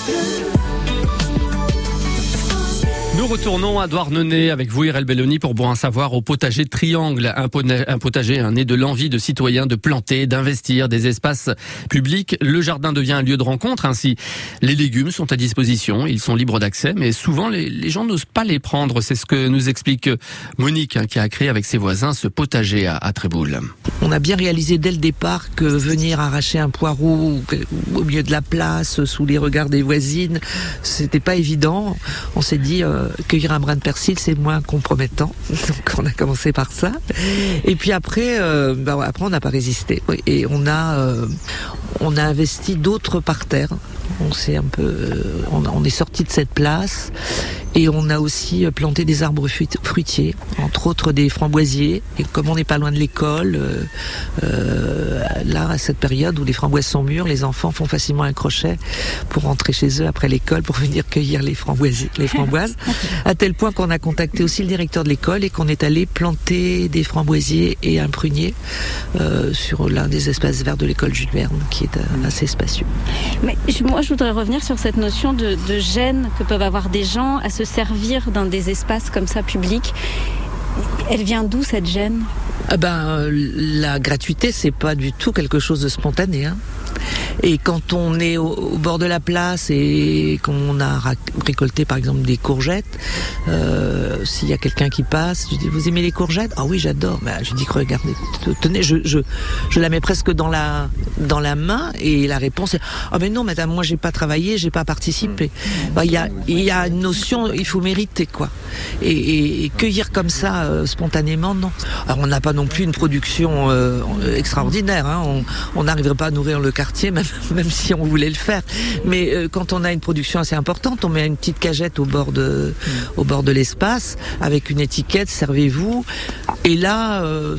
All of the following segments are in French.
Nous retournons à Douarnenez avec vous, Irel Belloni, pour boire un savoir au potager Triangle. Un potager né de l'envie de citoyens de planter, d'investir des espaces publics. Le jardin devient un lieu de rencontre. Ainsi, les légumes sont à disposition. Ils sont libres d'accès, mais souvent, les gens n'osent pas les prendre. C'est ce que nous explique Monique, qui a créé avec ses voisins ce potager à Tréboul. On a bien réalisé dès le départ que venir arracher un poireau au milieu de la place, sous les regards des voisines, c'était pas évident. On s'est dit, cueillir un brin de persil, c'est moins compromettant. Donc on a commencé par ça. Et puis après on n'a pas résisté. Et on a investi d'autres parterres. On est sorti de cette place et on a aussi planté des arbres fruitiers, entre autres des framboisiers. Et comme on n'est pas loin de l'école, là, à cette période où les framboises sont mûres, les enfants font facilement un crochet pour rentrer chez eux après l'école pour venir cueillir les framboises. À tel point qu'on a contacté aussi le directeur de l'école et qu'on est allé planter des framboisiers et un prunier sur l'un des espaces verts de l'école Jules Verne, qui est assez spacieux. Mais moi, je voudrais revenir sur cette notion de gêne que peuvent avoir des gens à se servir dans des espaces comme ça publics. Elle vient d'où, cette gêne ? La gratuité, c'est pas du tout quelque chose de spontané, hein. Et quand on est au bord de la place et qu'on a récolté par exemple des courgettes, s'il y a quelqu'un qui passe, je dis, vous aimez les courgettes ? Ah oui, j'adore. Je dis, regardez, tenez, je la mets presque dans la main et la réponse est, ah mais non madame, moi j'ai pas travaillé, j'ai pas participé. Il y a une notion, il faut mériter quoi. Et cueillir comme ça spontanément, non. Alors on n'a pas non plus une production extraordinaire, hein. On n'arriverait pas à nourrir le quartier, même si on voulait le faire. Mais quand on a une production assez importante, on met une petite cagette au bord de l'espace avec une étiquette, servez-vous. Et là,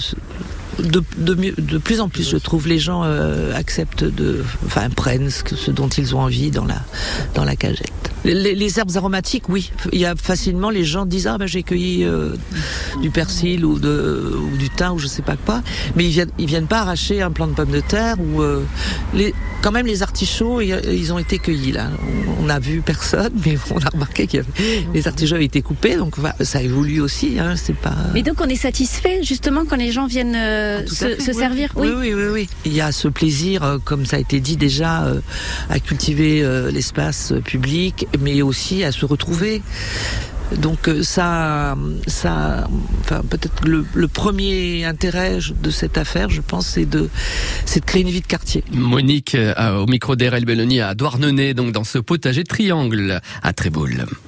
de plus en plus, je trouve, les gens acceptent prennent ce dont ils ont envie dans la cagette. Les herbes aromatiques, oui. Il y a facilement, les gens disent, j'ai cueilli du persil ou du thym ou je sais pas quoi. Mais ils viennent pas arracher un plant de pommes de terre ou quand même les artichauts, ils ont été cueillis là. On a vu personne, mais on a remarqué que les artichauts avaient été coupés, donc ça évolue aussi, hein, c'est pas. Mais donc on est satisfait justement quand les gens viennent se servir. Oui. Il y a ce plaisir, comme ça a été dit déjà, à cultiver l'espace public, mais aussi à se retrouver. Donc peut-être le premier intérêt de cette affaire, je pense, c'est de créer une vie de quartier. Monique, au micro d'Irel Belloni à Douarnenez, donc dans ce potager Triangle à Tréboul.